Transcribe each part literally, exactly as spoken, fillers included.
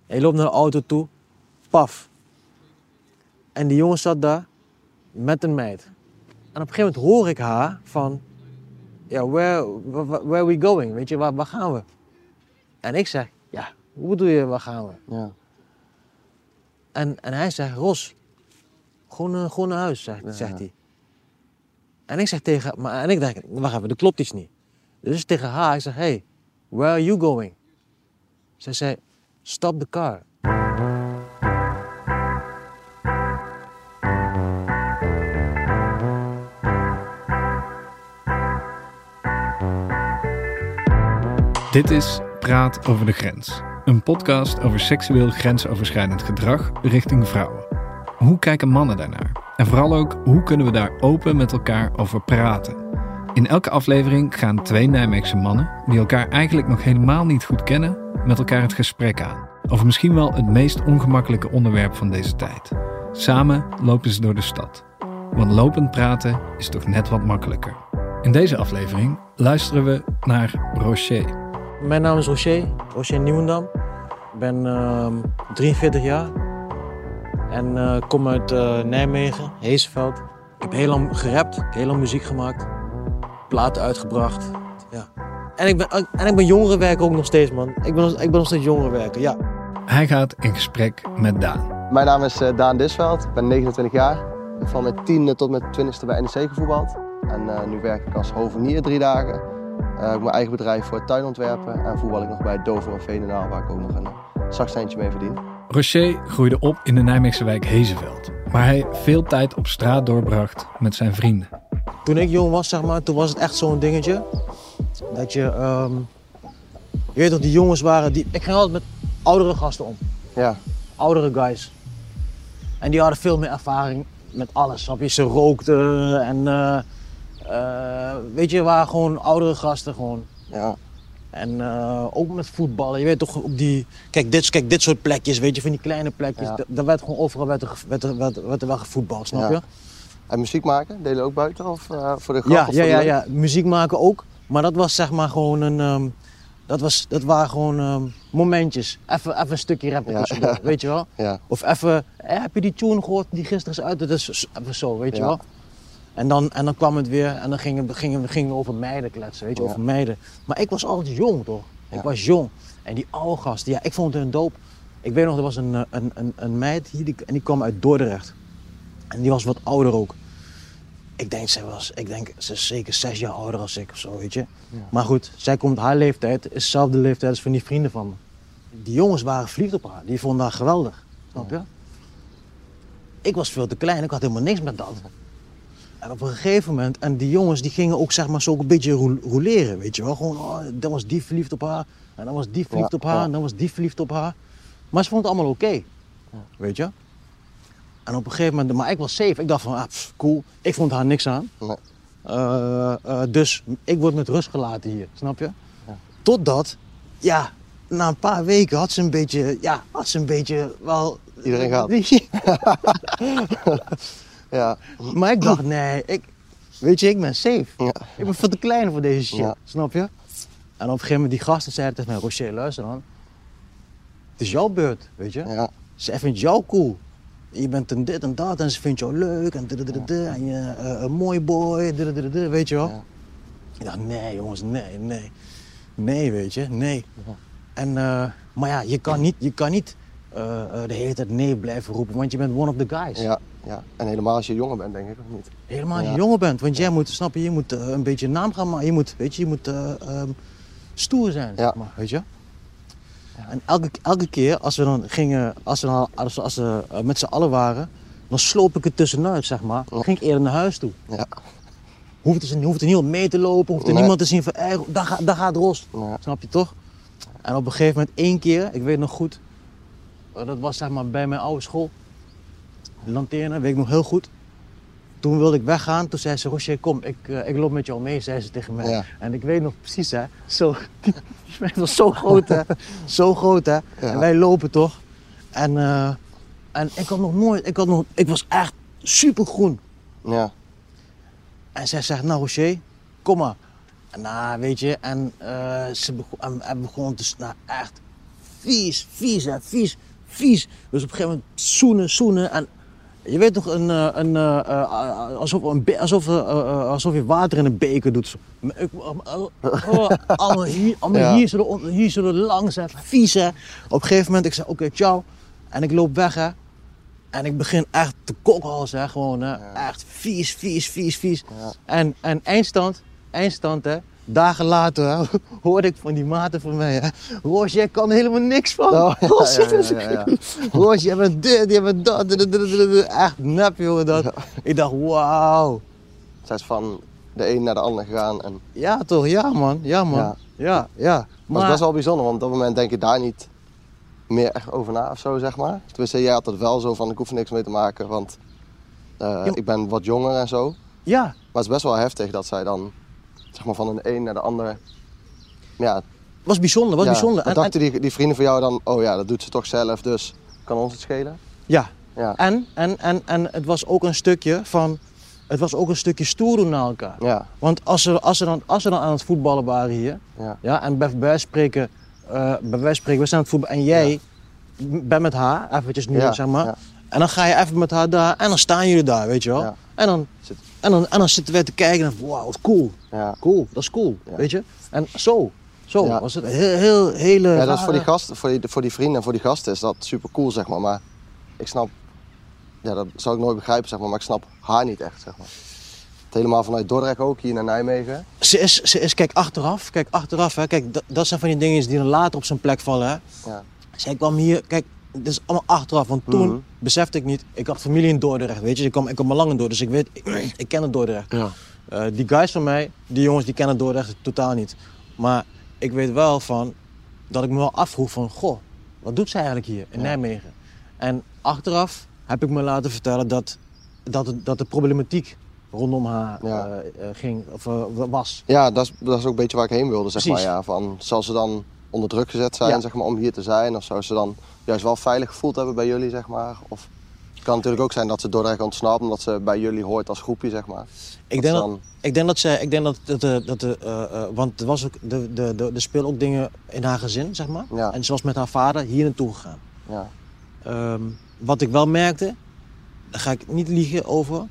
Hij loopt naar de auto toe. Paf. En die jongen zat daar met een meid. En op een gegeven moment hoor ik haar van... Ja, where, where are we going? Weet je, waar, waar gaan we? En ik zeg, ja, hoe bedoel je, waar gaan we? Ja. En, en hij zegt, Ros, gewoon, uh, gewoon naar huis, zegt, ja. zegt hij. En ik zeg tegen maar en ik denk, wacht even, er klopt iets niet. Dus tegen haar, ik zeg, hey, where are you going? Zij zei, stop the car. Dit is Praat over de Grens. Een podcast over seksueel grensoverschrijdend gedrag richting vrouwen. Hoe kijken mannen daarnaar? En vooral ook, hoe kunnen we daar open met elkaar over praten? In elke aflevering gaan twee Nijmeegse mannen, die elkaar eigenlijk nog helemaal niet goed kennen, met elkaar het gesprek aan. Over misschien wel het meest ongemakkelijke onderwerp van deze tijd. Samen lopen ze door de stad. Want lopend praten is toch net wat makkelijker. In deze aflevering luisteren we naar Rocher. Mijn naam is Rocher, Rocher Nieuwendam. Ik ben uh, drieënveertig jaar en uh, kom uit uh, Nijmegen, Heesveld. Ik heb heel lang gerapt, ik heb heel lang muziek gemaakt, platen uitgebracht. Ja. En, ik ben, en ik ben jongerenwerker ook nog steeds, man. Ik ben, ik ben nog steeds jongerenwerker, ja. Hij gaat in gesprek met Daan. Mijn naam is uh, Daan Disveld, ik ben negenentwintig jaar. Ik heb van mijn tiende tot mijn twintigste bij N E C gevoetbald. En uh, nu werk ik als hovenier drie dagen. Uh, ik heb mijn eigen bedrijf voor tuinontwerpen en voetbal ik nog bij Dover en Veenendaal, waar ik ook nog een zakcentje mee verdien. Rocher groeide op in de Nijmeegse wijk Hezenveld, waar hij veel tijd op straat doorbracht met zijn vrienden. Toen ik jong was, zeg maar, toen was het echt zo'n dingetje. Dat je, um, je weet toch, die jongens waren, die, ik ging altijd met oudere gasten om. Ja. Oudere guys. En die hadden veel meer ervaring met alles, snap je? Ze rookten en, uh, uh, weet je, waren gewoon oudere gasten gewoon. Ja. En uh, ook met voetballen, je weet toch, op die, kijk dit, kijk, dit soort plekjes, weet je, van die kleine plekjes. Ja. Daar werd gewoon overal werd er, werd er, werd er, werd er wel gevoetbald, snap je? Ja. En muziek maken, deden ook buiten of uh, voor de grap? Ja, of ja, voor ja, de ja, muziek maken ook. Maar dat was zeg maar gewoon een, um, dat, was, dat waren gewoon um, momentjes. Even, even een stukje rappen tussendoor, ja. Weet je wel? Ja. Of even, eh, heb je die tune gehoord die gisteren is uit? Dat is even zo, weet je ja. wel? En dan, en dan kwam het weer en dan gingen we gingen, gingen over meiden kletsen, weet je, ja. over meiden. Maar ik was altijd jong, toch? Ja. Ik was jong. En die oude gasten, ja, ik vond hun dope. Ik weet nog, er was een, een, een, een meid hier die, en die kwam uit Dordrecht. En die was wat ouder ook. Ik denk, zij was, ik denk, ze is zeker zes jaar ouder als ik of zo, weet je. Ja. Maar goed, zij komt, haar leeftijd is dezelfde leeftijd als van die vrienden van me. Die jongens waren verliefd op haar, die vonden haar geweldig, snap je? Ja. Ik was veel te klein, ik had helemaal niks met dat. En op een gegeven moment, en die jongens die gingen ook zeg maar zo een beetje rouleren, weet je wel. Gewoon, oh, dan was die verliefd op haar, en dan was die verliefd ja, op haar, ja. en dan was die verliefd op haar. Maar ze vonden het allemaal oké, okay, ja. weet je. En op een gegeven moment, maar ik was safe, ik dacht van, ah, pff, cool, ik vond haar niks aan. Nee. Uh, uh, dus ik word met rust gelaten hier, snap je? Ja. Totdat, ja, na een paar weken had ze een beetje, ja, had ze een beetje wel... Iedereen gaat. Ja. Maar ik dacht, nee, ik, weet je, ik ben safe. Ja. Ik ben veel te klein voor deze shit, ja. snap je? En op een gegeven moment, die gasten zeiden tegen mij, Rocher, luister dan. Het is jouw beurt, weet je? Ja. Zij vindt jou cool. Je bent een dit en dat en ze vindt jou leuk en ja. en je uh, een mooi boy, weet je wel? Ja. Ik dacht, nee jongens, nee, nee. Nee, weet je, nee. Ja. En, uh, maar ja, je kan niet, je kan niet uh, uh, de hele tijd nee blijven roepen, want je bent one of the guys. Ja, ja. En helemaal als je jonger bent, denk ik ook niet. Helemaal als ja. je jonger bent, want jij moet, snap je, je moet uh, een beetje naam gaan maken. Je moet, weet je, je moet uh, um, stoer zijn, zeg maar, weet je? Ja. En elke, elke keer als we dan gingen, als we, dan, als we, als we uh, met z'n allen waren, dan sloop ik er tussenuit, zeg maar. Dan ging ik eerder naar huis toe. Ja. Hoeft er, hoeft er niemand mee te lopen, hoeft er nee. niemand te zien van, hey, daar, ga, daar gaat Ros. Ja. Snap je toch? En op een gegeven moment één keer, ik weet nog goed, dat was zeg maar bij mijn oude school. De lanterne, weet ik nog heel goed. Toen wilde ik weggaan, toen zei ze, Rocher, kom, ik, uh, ik loop met jou mee, zei ze tegen mij. Ja. En ik weet nog precies, hè, zo, die was zo groot, hè, zo groot, hè. Ja. En wij lopen toch. En, uh, en ik had nog nooit, ik, had nog, ik was echt supergroen. Ja. En zij zegt, nou Rocher, kom maar. En nou, weet je, en uh, ze begon, en, en begon dus, nou, echt vies, vies hè, vies, vies. Dus op een gegeven moment zoenen, zoenen en je weet toch, een, een, uh, uh, alsof, een be- alsof, uh, uh, alsof je water in een beker doet. Zo. Ik, uh, uh, uh, allemaal hier, allemaal Ja. hier, zo, hier zo langs, hè, vies hè. Op een gegeven moment, ik zei oké, okay, ciao. En ik loop weg hè. En ik begin echt te kokhalzen hè, gewoon hè. Ja. Echt vies, vies, vies, vies. Ja. En, en eindstand, eindstand hè. Dagen later hè, hoorde ik van die maten van mij hè. Roos, jij kan er helemaal niks van. Oh, ja, Roos, ja, ja, ja, ja. Roos, jij bent dit, jij bent dat. dit, dit, dit, dit, dit. Echt nep jongen dat. Ja. Ik dacht wauw. Zij is van de een naar de ander gegaan. En, Ja toch, ja man, ja man. Ja. Ja, ja. maar Maar, het is best wel bijzonder, want op dat moment denk je daar niet meer echt over na of zo, zeg maar. Tenminste, jij had het wel zo van, ik hoef er niks mee te maken, want uh, Ja. ik ben wat jonger en zo. ja, Maar het is best wel heftig dat zij dan, zeg maar, van de een naar de ander... Ja, was bijzonder, was ja, bijzonder. wat En- dachten die, die vrienden van jou dan, oh ja, dat doet ze toch zelf, dus kan ons het schelen? Ja, Ja, en, en, en, en het was ook een stukje van, het was ook een stukje stoer doen naar elkaar. ja, Want als ze, als, ze dan, als ze dan aan het voetballen waren hier, ja. ja, en bij wijze van spreken, uh, bij wijze van spreken, we zijn aan het voetballen en jij bent met haar, eventjes nu Ja, zeg maar, ja. en dan ga je even met haar daar en dan staan jullie daar, weet je wel. Ja. En, dan, Zit- en, dan, en dan zitten wij te kijken en wauw, wat cool, Ja. cool, dat is cool, Ja. weet je. En zo, zo Ja. was het heel, heel, hele Ja, dat is voor die rare- gasten, voor die, voor die vrienden en voor die gasten is dat super cool, zeg maar. Maar ik snap, ja, dat zou ik nooit begrijpen, zeg maar, maar ik snap haar niet echt, zeg maar. Het helemaal vanuit Dordrecht ook, hier naar Nijmegen. Ze is, ze is, kijk achteraf, kijk achteraf, hè, kijk, dat, dat zijn van die dingen die dan later op zijn plek vallen. Hè. Ja, Zij kwam hier, kijk, dit is allemaal achteraf, want toen Mhm. besefte ik niet, ik had familie in Dordrecht, weet je, ik kwam, ik kwam al lang in Dordrecht, dus ik weet, ik, ik ken het Dordrecht. ja. Uh, die guys van mij, die jongens, die kennen Dordrecht totaal niet. Maar ik weet wel van, dat ik me wel afvroeg van, goh, wat doet zij eigenlijk hier in Ja. Nijmegen? En achteraf heb ik me laten vertellen dat, dat, het- dat de problematiek rondom haar Ja. uh, uh, ging, of uh, was. Ja, dat is, dat is ook een beetje waar ik heen wilde, zeg Precies. maar. Ja, van, zal ze dan onder druk gezet zijn, Ja. zeg maar, om hier te zijn? Of zou ze dan juist wel veilig gevoeld hebben bij jullie, zeg maar? Of het kan natuurlijk ook zijn dat ze Dordrecht ontsnapt, omdat ze bij jullie hoort als groepje, zeg maar. Ik Dat denk ze dat, dan- ik denk dat zij, ik denk dat, dat, dat, dat de, uh, uh, want er was ook, de, de, de, er spelen ook dingen in haar gezin, zeg maar. Ja. En ze was met haar vader hier naartoe gegaan. Ja, Um, wat ik wel merkte, daar ga ik niet liegen over.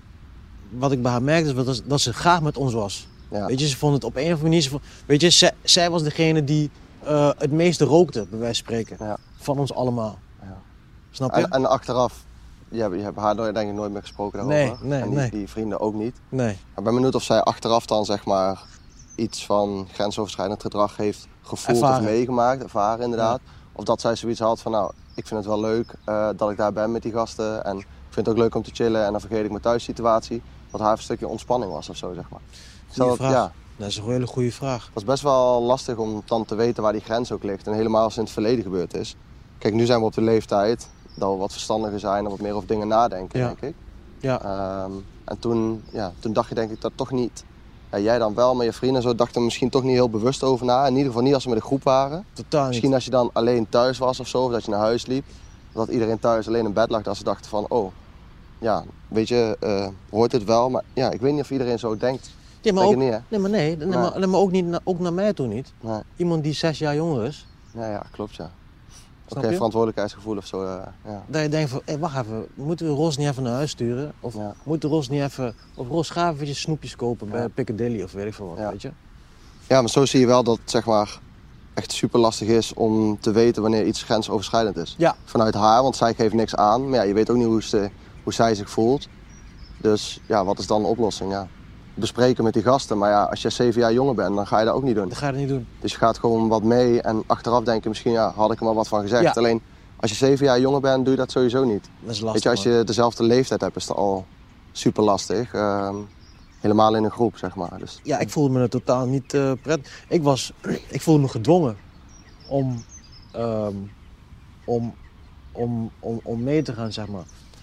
Wat ik bij haar merkte, is dat, dat ze graag met ons was. ja. Weet je, ze vond het op een of andere manier. Ze vond- weet je, zij, zij was degene die uh, het meeste rookte, bij wijze van spreken. Ja. Van ons allemaal. Ja. Snap je? En, en achteraf, je hebt, je hebt haar nooit- denk ik nooit meer gesproken Nee, daarover. nee, en die, nee. die vrienden ook niet. Nee. Ik ben benieuwd of zij achteraf dan, zeg maar, iets van grensoverschrijdend gedrag heeft gevoeld Ervaren. of meegemaakt, ervaren inderdaad. Of dat zij zoiets had van, nou, ik vind het wel leuk uh, dat ik daar ben met die gasten. En ik vind het ook leuk om te chillen en dan vergeet ik mijn thuissituatie. Dat haar een stukje ontspanning was of zo, zeg maar. Goeie dat, vraag. ja, Dat is een hele goede vraag. dat is best wel lastig om dan te weten waar die grens ook ligt. En helemaal als het in het verleden gebeurd is. Kijk, nu zijn we op de leeftijd dat we wat verstandiger zijn en wat meer over dingen nadenken, Ja. denk ik. Ja. Ehm, en toen, ja, toen dacht je denk ik dat toch niet. Ja, jij dan wel, maar je vrienden zo dachten er misschien toch niet heel bewust over na. In ieder geval niet als ze met een groep waren. Totaal niet. Misschien als je dan alleen thuis was of zo, of dat je naar huis liep. Dat iedereen thuis alleen in bed lag, dat ze dachten van, oh, ja, weet je, uh, hoort het wel. Maar ja, ik weet niet of iedereen zo denkt. Nee, maar Denk ook, je niet, hè? nee, maar nee, nee, maar, nee, maar ook, niet, na- ook naar mij toe niet. Nee. Iemand die zes jaar jonger is, Ja, ja, klopt, ja. snap Oké, je? verantwoordelijkheidsgevoel of zo, uh, ja. Dat je denkt van, hé, wacht even, moeten we Ros niet even naar huis sturen? Of Ja. moeten Ros niet even, of Ros, ga even snoepjes kopen bij Ja. Piccadilly of weet ik veel wat, Ja. weet je? Ja, maar zo zie je wel dat het zeg maar echt super lastig is om te weten wanneer iets grensoverschrijdend is. Ja. Vanuit haar, want zij geeft niks aan. Maar ja, je weet ook niet hoe, ze, hoe zij zich voelt. Dus ja, wat is dan de oplossing? Ja. Bespreken met die gasten. Maar ja, als je zeven jaar jonger bent, dan ga je dat ook niet doen. Dat ga je niet doen. Dus je gaat gewoon wat mee en achteraf denken, misschien ja, had ik er maar wat van gezegd. Ja. Alleen, als je zeven jaar jonger bent, doe je dat sowieso niet. Dat is lastig, Weet je, als man. je dezelfde leeftijd hebt, is dat al super lastig. Ehm, helemaal in een groep, zeg maar. Dus, Ja, ik voelde me er totaal niet uh, prettig. Ik was, ik voelde me gedwongen om, um, om, om, om, om mee te gaan, zeg maar.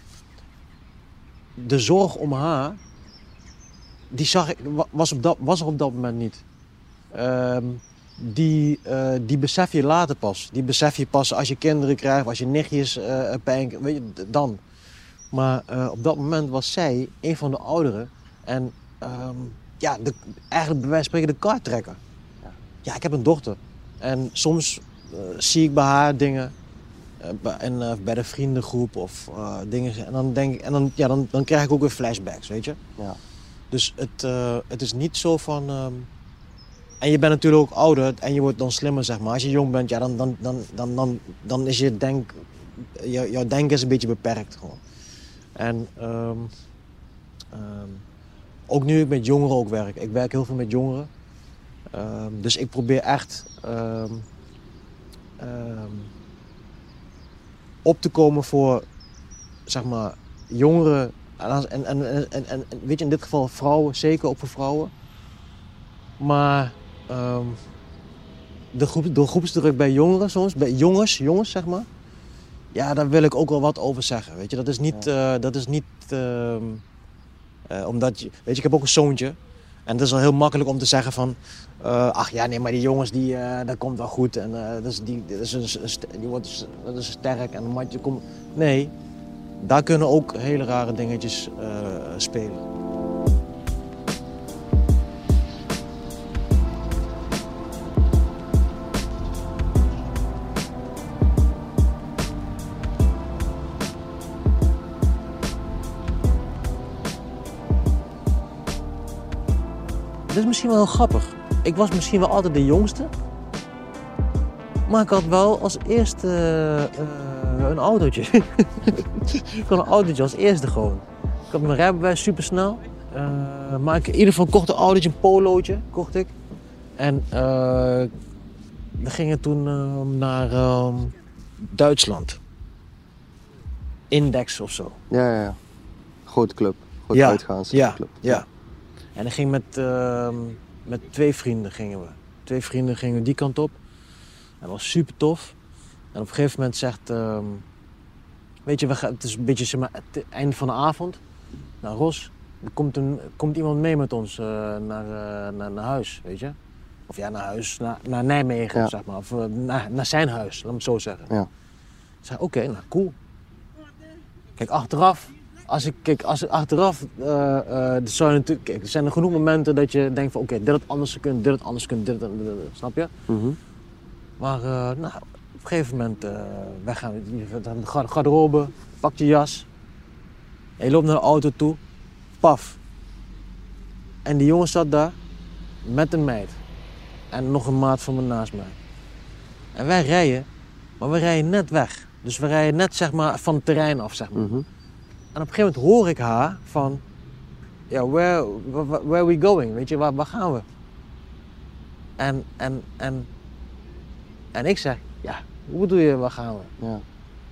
De zorg om haar, die zag ik, wa- was, op dat, was er op dat moment niet. Um, die, uh, die besef je later pas. Die besef je pas als je kinderen krijgt, als je nichtjes uh, pijn, weet je, d- dan. Maar uh, op dat moment was zij een van de ouderen. En um, ja, de, eigenlijk bij wijze van spreken de kaart trekken. Ja. Ja, ik heb een dochter. En soms uh, zie ik bij haar dingen. Uh, bij, en, uh, bij de vriendengroep of uh, dingen. En, dan, denk ik, en dan, ja, dan, dan krijg ik ook weer flashbacks, weet je. Ja. Dus het, uh, het is niet zo van... Um, en je bent natuurlijk ook ouder en je wordt dan slimmer, zeg maar. Als je jong bent, ja, dan, dan, dan, dan, dan, dan is je denk... Jou, jouw denken is een beetje beperkt gewoon. En um, um, ook nu ik met jongeren ook werk. Ik werk heel veel met jongeren. Um, dus ik probeer echt um, um, op te komen voor, zeg maar, jongeren. En, en, en, en, en weet je, in dit geval vrouwen, zeker ook voor vrouwen. Maar um, de, groep, de groepsdruk bij jongeren soms, bij jongens, jongens zeg maar. Ja, daar wil ik ook wel wat over zeggen, weet je. Dat is niet, ja. uh, dat is niet uh, uh, omdat je... Weet je, ik heb ook een zoontje. En het is al heel makkelijk om te zeggen van... Uh, ach ja, nee, maar die jongens, die, uh, dat komt wel goed. En uh, dat is, die, dat is een, die wordt, dat is sterk en een matje komt... Nee, daar kunnen ook hele rare dingetjes uh, spelen. Dat is misschien wel heel grappig. Ik was misschien wel altijd de jongste. Maar ik had wel als eerste uh, een autootje. Ik had een autootje als eerste gewoon. Ik had mijn rijbewijs super snel. Uh, maar ik in ieder geval kocht een autootje, een polootje kocht ik. En uh, we gingen toen uh, naar uh, Duitsland. Index of zo. Ja, ja, ja. Grote club. Grote ja, uitgaansclub. Ja, ja. En dan ging met, uh, met twee vrienden gingen we. Twee vrienden gingen die kant op. En dat was super tof. En op een gegeven moment zegt... Uh, weet je, we gaan, het is een beetje zeg maar, het einde van de avond. Nou, Ros, er komt, een, komt iemand mee met ons uh, naar, uh, naar, naar huis, weet je. Of ja, naar huis, naar, naar Nijmegen, ja. zeg maar. Of uh, naar, naar zijn huis, laat me het zo zeggen. Ja. Ik zei, oké, okay, nou, cool. Kijk, achteraf... Als ik, kijk, als ik achteraf, uh, uh, zou je natuurlijk, kijk, er zijn er genoeg momenten dat je denkt van oké, okay, dit had anders gekund, dit had anders gekund, dit, dit, dit, dit, snap je? Mm-hmm. Maar uh, nou, op een gegeven moment, uh, wij gaan naar de garderobe, pak je jas, en je loopt naar de auto toe, paf. En die jongen zat daar met een meid en nog een maat van me naast mij. En wij rijden, maar we rijden net weg. Dus we rijden net zeg maar van het terrein af, zeg maar. Mm-hmm. En op een gegeven moment hoor ik haar van... Ja, where, where, where are we going? Weet je, waar, waar gaan we? En, en, en, en ik zeg, ja, hoe bedoel je, waar gaan we? Ja.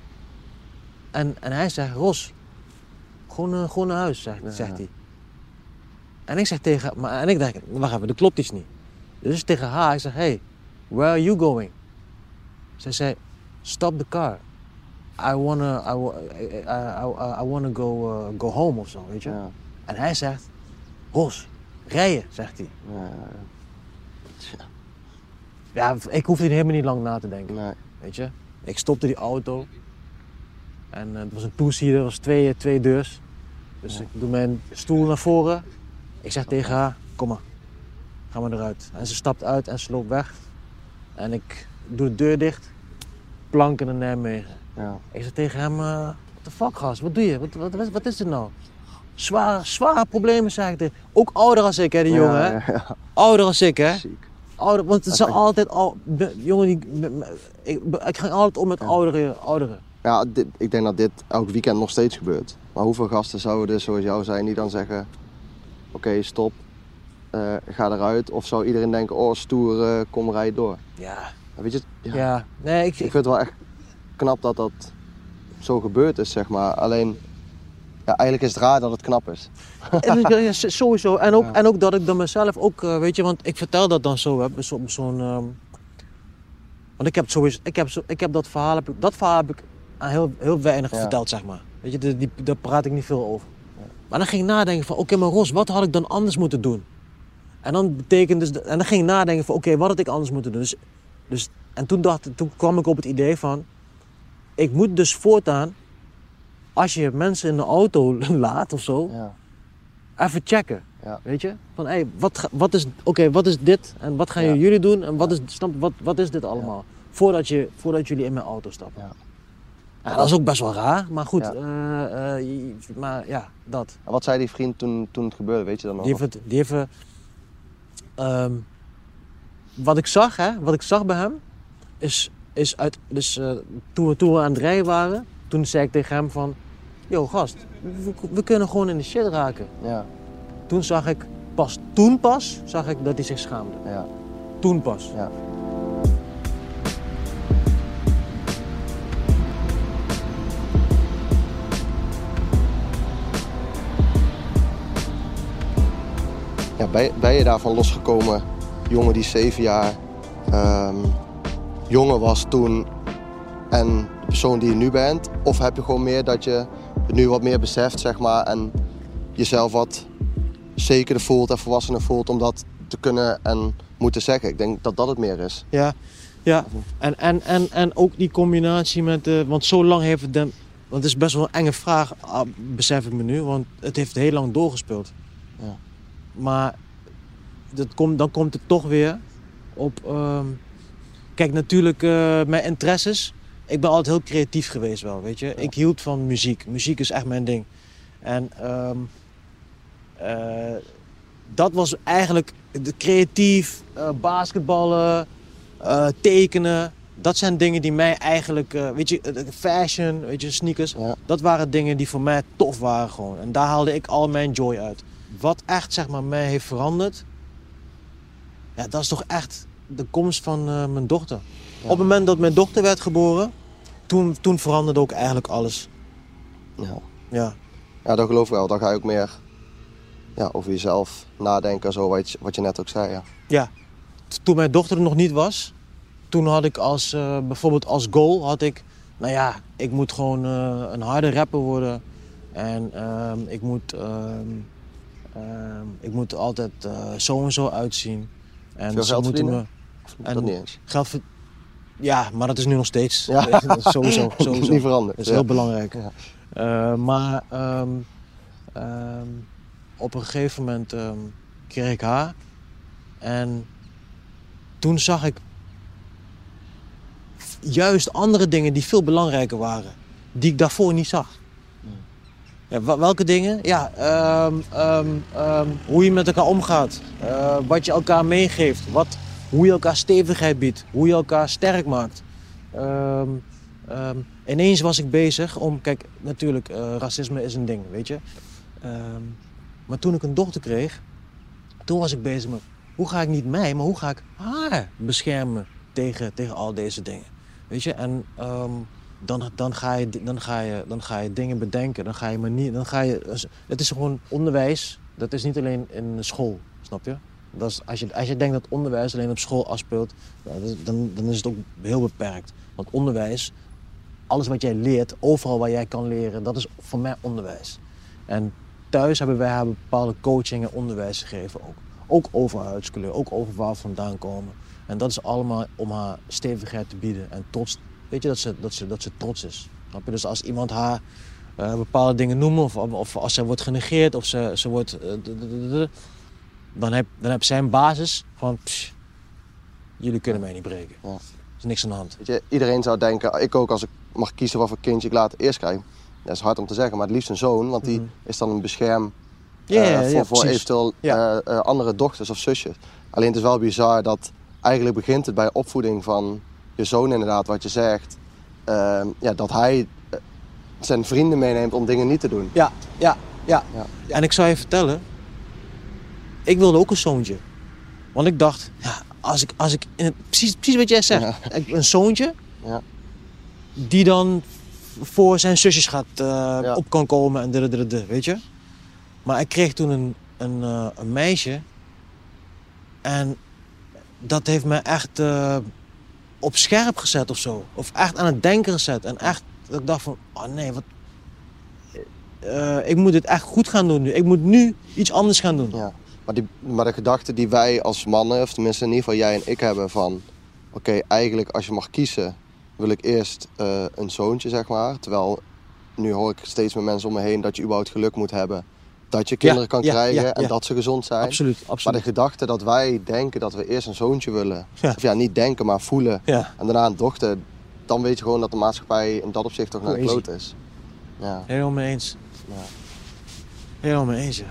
En, en hij zegt, Ros, gewoon, uh, gewoon naar huis, zegt, ja, zegt ja. hij. En ik zeg tegen maar en ik denk, wacht even, dat klopt iets niet. Dus tegen haar, ik zeg, hey, where are you going? Zij zei, stop the car. I wanna, I, I, I, I wanna go, uh, go home of zo, weet je. Ja. En hij zegt, Ros, rijden, zegt hij. Ja, ja. Ja, ik hoefde er helemaal niet lang na te denken, Nee. weet je. Ik stopte die auto. En uh, het was een two-seater, het was twee, twee deurs. Dus ja. Ik doe mijn stoel naar voren. Ik zeg tegen haar, kom maar, ga maar eruit. En ze stapt uit en ze loopt weg. En ik doe de deur dicht, planken naar Nijmegen. Ja. Ik zeg tegen hem, uh, what the fuck gast, wat doe je? Wat, wat, wat, wat is dit nou? Zware, zware problemen, zeg ik tegen. Ook ouder als ik, hè, die ja, jongen, hè? Ja, ja. Ouder als ik, hè? Ziek. Ouder, want het zijn altijd al, jongen, die, ik, ik ga altijd om met ja. ouderen, ouderen. Ja, dit, ik denk dat dit elk weekend nog steeds gebeurt. Maar hoeveel gasten zouden er zoals jou zijn die dan zeggen, oké, okay, stop, uh, ga eruit. Of zou iedereen denken, oh stoer, uh, kom rijd door. Ja. Weet je, ja. ja. Nee, ik, ik vind het wel echt knap dat dat zo gebeurd is, zeg maar. Alleen, ja, eigenlijk is het raar dat het knap is. Ja, sowieso. En ook, ja. en ook dat ik dan mezelf ook, uh, weet je, want ik vertel dat dan zo, hè, zo, zo'n... Um, want ik heb sowieso, ik heb, zo, ik heb dat verhaal, heb ik, dat verhaal heb ik aan heel, heel weinig ja. verteld, zeg maar. Weet je, die, die, daar praat ik niet veel over. Ja. Maar dan ging ik nadenken van, oké, okay, maar Ros, wat had ik dan anders moeten doen? En dan betekent dus, en dan ging ik nadenken van, oké, okay, wat had ik anders moeten doen? Dus, dus, en toen, dacht, toen kwam ik op het idee van, ik moet dus voortaan, als je mensen in de auto laat of zo, ja. even checken. Ja. Weet je? Van, hé, hey, wat, wat is, oké, okay, wat is dit? En wat gaan ja. jullie doen? En wat is, snap, wat, wat is dit allemaal? Ja. Voordat, je, voordat jullie in mijn auto stappen. Ja. Ja, dat is ook best wel raar, maar goed. Ja. Uh, uh, je- maar ja, dat. En wat zei die vriend toen, toen het gebeurde, weet je dan nog? Die heeft het, die heeft, uh, um, wat ik zag, hè, wat ik zag bij hem, is, is uit, dus uh, toen, we, toen we aan het rijden waren, toen zei ik tegen hem van, yo gast, we, we kunnen gewoon in de shit raken. Ja, Toen zag ik, pas toen pas, zag ik dat hij zich schaamde. ja, Toen pas. ja. Ja, ben, je, ben je daarvan losgekomen, jongen die zeven jaar um, jonger was toen en de persoon die je nu bent? Of heb je gewoon meer dat je het nu wat meer beseft, zeg maar, en jezelf wat zekerder voelt en volwassener voelt om dat te kunnen en moeten zeggen? Ik denk dat dat het meer is. Ja, ja. En, en, en, en ook die combinatie met, uh, want zo lang heeft het dem, want het is best wel een enge vraag, uh, besef ik me nu, want het heeft heel lang doorgespeeld. Ja. Maar dat komt, dan komt het toch weer op... Um, kijk, natuurlijk uh, mijn interesses. Ik ben altijd heel creatief geweest wel, weet je. Ja. Ik hield van muziek. Muziek is echt mijn ding. En um, uh, dat was eigenlijk de creatief, uh, basketballen, uh, tekenen. Dat zijn dingen die mij eigenlijk, uh, weet je, fashion, weet je, sneakers. Ja. Dat waren dingen die voor mij tof waren gewoon. En daar haalde ik al mijn joy uit. Wat echt, zeg maar, mij heeft veranderd, ja, dat is toch echt de komst van uh, mijn dochter. Ja. Op het moment dat mijn dochter werd geboren, toen, toen veranderde ook eigenlijk alles. Ja. Ja. Ja, dat geloof ik wel. Dan ga je ook meer ja, over jezelf nadenken, zo wat je, wat je net ook zei. Ja. Ja. Toen mijn dochter er nog niet was, toen had ik als, uh, bijvoorbeeld als goal, had ik, nou ja, ik moet gewoon uh, een harde rapper worden. En uh, ik moet... Uh, Uh, ik moet er altijd uh, zo en zo uitzien. En veel ze geld moeten verdienen? me. En dat niet eens? Geld ver... Ja, maar dat is nu nog steeds. Ja. sowieso, sowieso. Niet veranderd. Dat is ja. heel belangrijk. Ja. Uh, maar um, um, op een gegeven moment um, kreeg ik haar. En toen zag ik juist andere dingen die veel belangrijker waren. Die ik daarvoor niet zag. Ja, welke dingen? Ja, um, um, um, hoe je met elkaar omgaat. Uh, wat je elkaar meegeeft. Wat, hoe je elkaar stevigheid biedt. Hoe je elkaar sterk maakt. Um, um, ineens was ik bezig om... Kijk, natuurlijk, uh, racisme is een ding, weet je. Um, maar toen ik een dochter kreeg... Toen was ik bezig met... Hoe ga ik niet mij, maar hoe ga ik haar beschermen tegen, tegen al deze dingen? Weet je, en... Um, Dan, dan, ga je, dan, ga je, dan ga je dingen bedenken. Dan ga je manier, dan ga je, het is gewoon onderwijs. Dat is niet alleen in school, snap je? Dat is, als, je als je denkt dat onderwijs alleen op school afspeelt, dan, dan is het ook heel beperkt. Want onderwijs, alles wat jij leert, overal waar jij kan leren, dat is voor mij onderwijs. En thuis hebben wij haar bepaalde coaching en onderwijs gegeven ook. Ook over huidskleur, ook over waar we vandaan komen. En dat is allemaal om haar stevigheid te bieden en trots. Weet je, dat ze, dat ze, dat ze trots is. Snap je? Dus als iemand haar uh, bepaalde dingen noemt, of, of als ze wordt genegeerd, of ze, ze wordt... Uh, dan heb, dan heb zij een basis van... Psh, jullie kunnen mij niet breken. Ja. Er is niks aan de hand. Weet je, iedereen zou denken, ik ook als ik mag kiezen wat voor kindje ik later eerst krijg. Dat is hard om te zeggen, maar het liefst een zoon, want die mm-hmm. is dan een bescherm uh, ja, ja, ja, voor, voor eventueel ja. uh, uh, andere dochters of zusjes. Alleen het is wel bizar dat eigenlijk begint het bij opvoeding van je zoon inderdaad, wat je zegt. Uh, ja, dat hij uh, zijn vrienden meeneemt om dingen niet te doen. Ja, ja, ja, ja. En ik zou je vertellen, ik wilde ook een zoontje. Want ik dacht, ja, als ik, als ik in het, precies, precies wat jij zegt, ja. een zoontje ja. die dan voor zijn zusjes gaat uh, ja. op kan komen en de, de, de, weet je. Maar ik kreeg toen een, een, uh, een meisje en dat heeft me echt uh, op scherp gezet of zo. Of echt aan het denken gezet. En echt, dat ik dacht van, oh nee, wat... Uh, ik moet dit echt goed gaan doen nu. Ik moet nu iets anders gaan doen. Ja. Maar, die, maar de gedachte die wij als mannen, of tenminste in ieder geval jij en ik hebben van... Oké, okay, eigenlijk als je mag kiezen, wil ik eerst uh, een zoontje, zeg maar. Terwijl, nu hoor ik steeds meer mensen om me heen dat je überhaupt geluk moet hebben dat je kinderen Ja, kan ja, krijgen ja, en ja. dat ze gezond zijn. Absoluut, absoluut. Maar de gedachte dat wij denken dat we eerst een zoontje willen. Ja. Of ja, niet denken, maar voelen. Ja. En daarna een dochter. Dan weet je gewoon dat de maatschappij in dat opzicht toch naar de Crazy. kloot is. Ja. Helemaal mee eens. Ja. Helemaal mee eens, ja.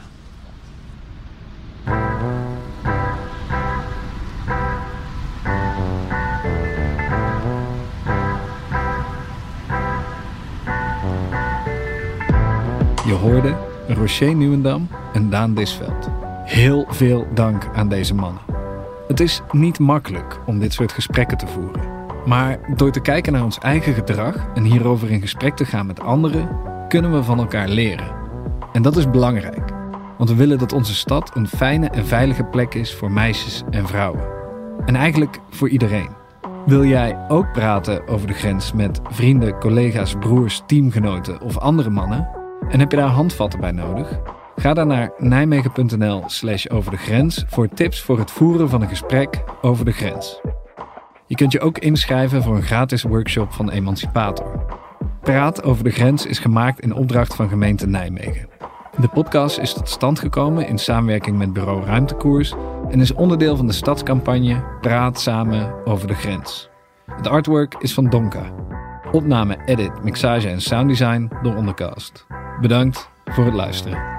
Je hoorde Rocher Nieuwendam en Daan Disveld. Heel veel dank aan deze mannen. Het is niet makkelijk om dit soort gesprekken te voeren. Maar door te kijken naar ons eigen gedrag en hierover in gesprek te gaan met anderen, kunnen we van elkaar leren. En dat is belangrijk, want we willen dat onze stad een fijne en veilige plek is voor meisjes en vrouwen. En eigenlijk voor iedereen. Wil jij ook praten over de grens met vrienden, collega's, broers, teamgenoten of andere mannen? En heb je daar handvatten bij nodig? Ga dan naar nijmegen.nl slash over de grens voor tips voor het voeren van een gesprek over de grens. Je kunt je ook inschrijven voor een gratis workshop van Emancipator. Praat over de grens is gemaakt in opdracht van gemeente Nijmegen. De podcast is tot stand gekomen in samenwerking met bureau Ruimtekoers en is onderdeel van de stadscampagne Praat samen over de grens. Het artwork is van Donka. Opname, edit, mixage en sounddesign door Ondercast. Bedankt voor het luisteren.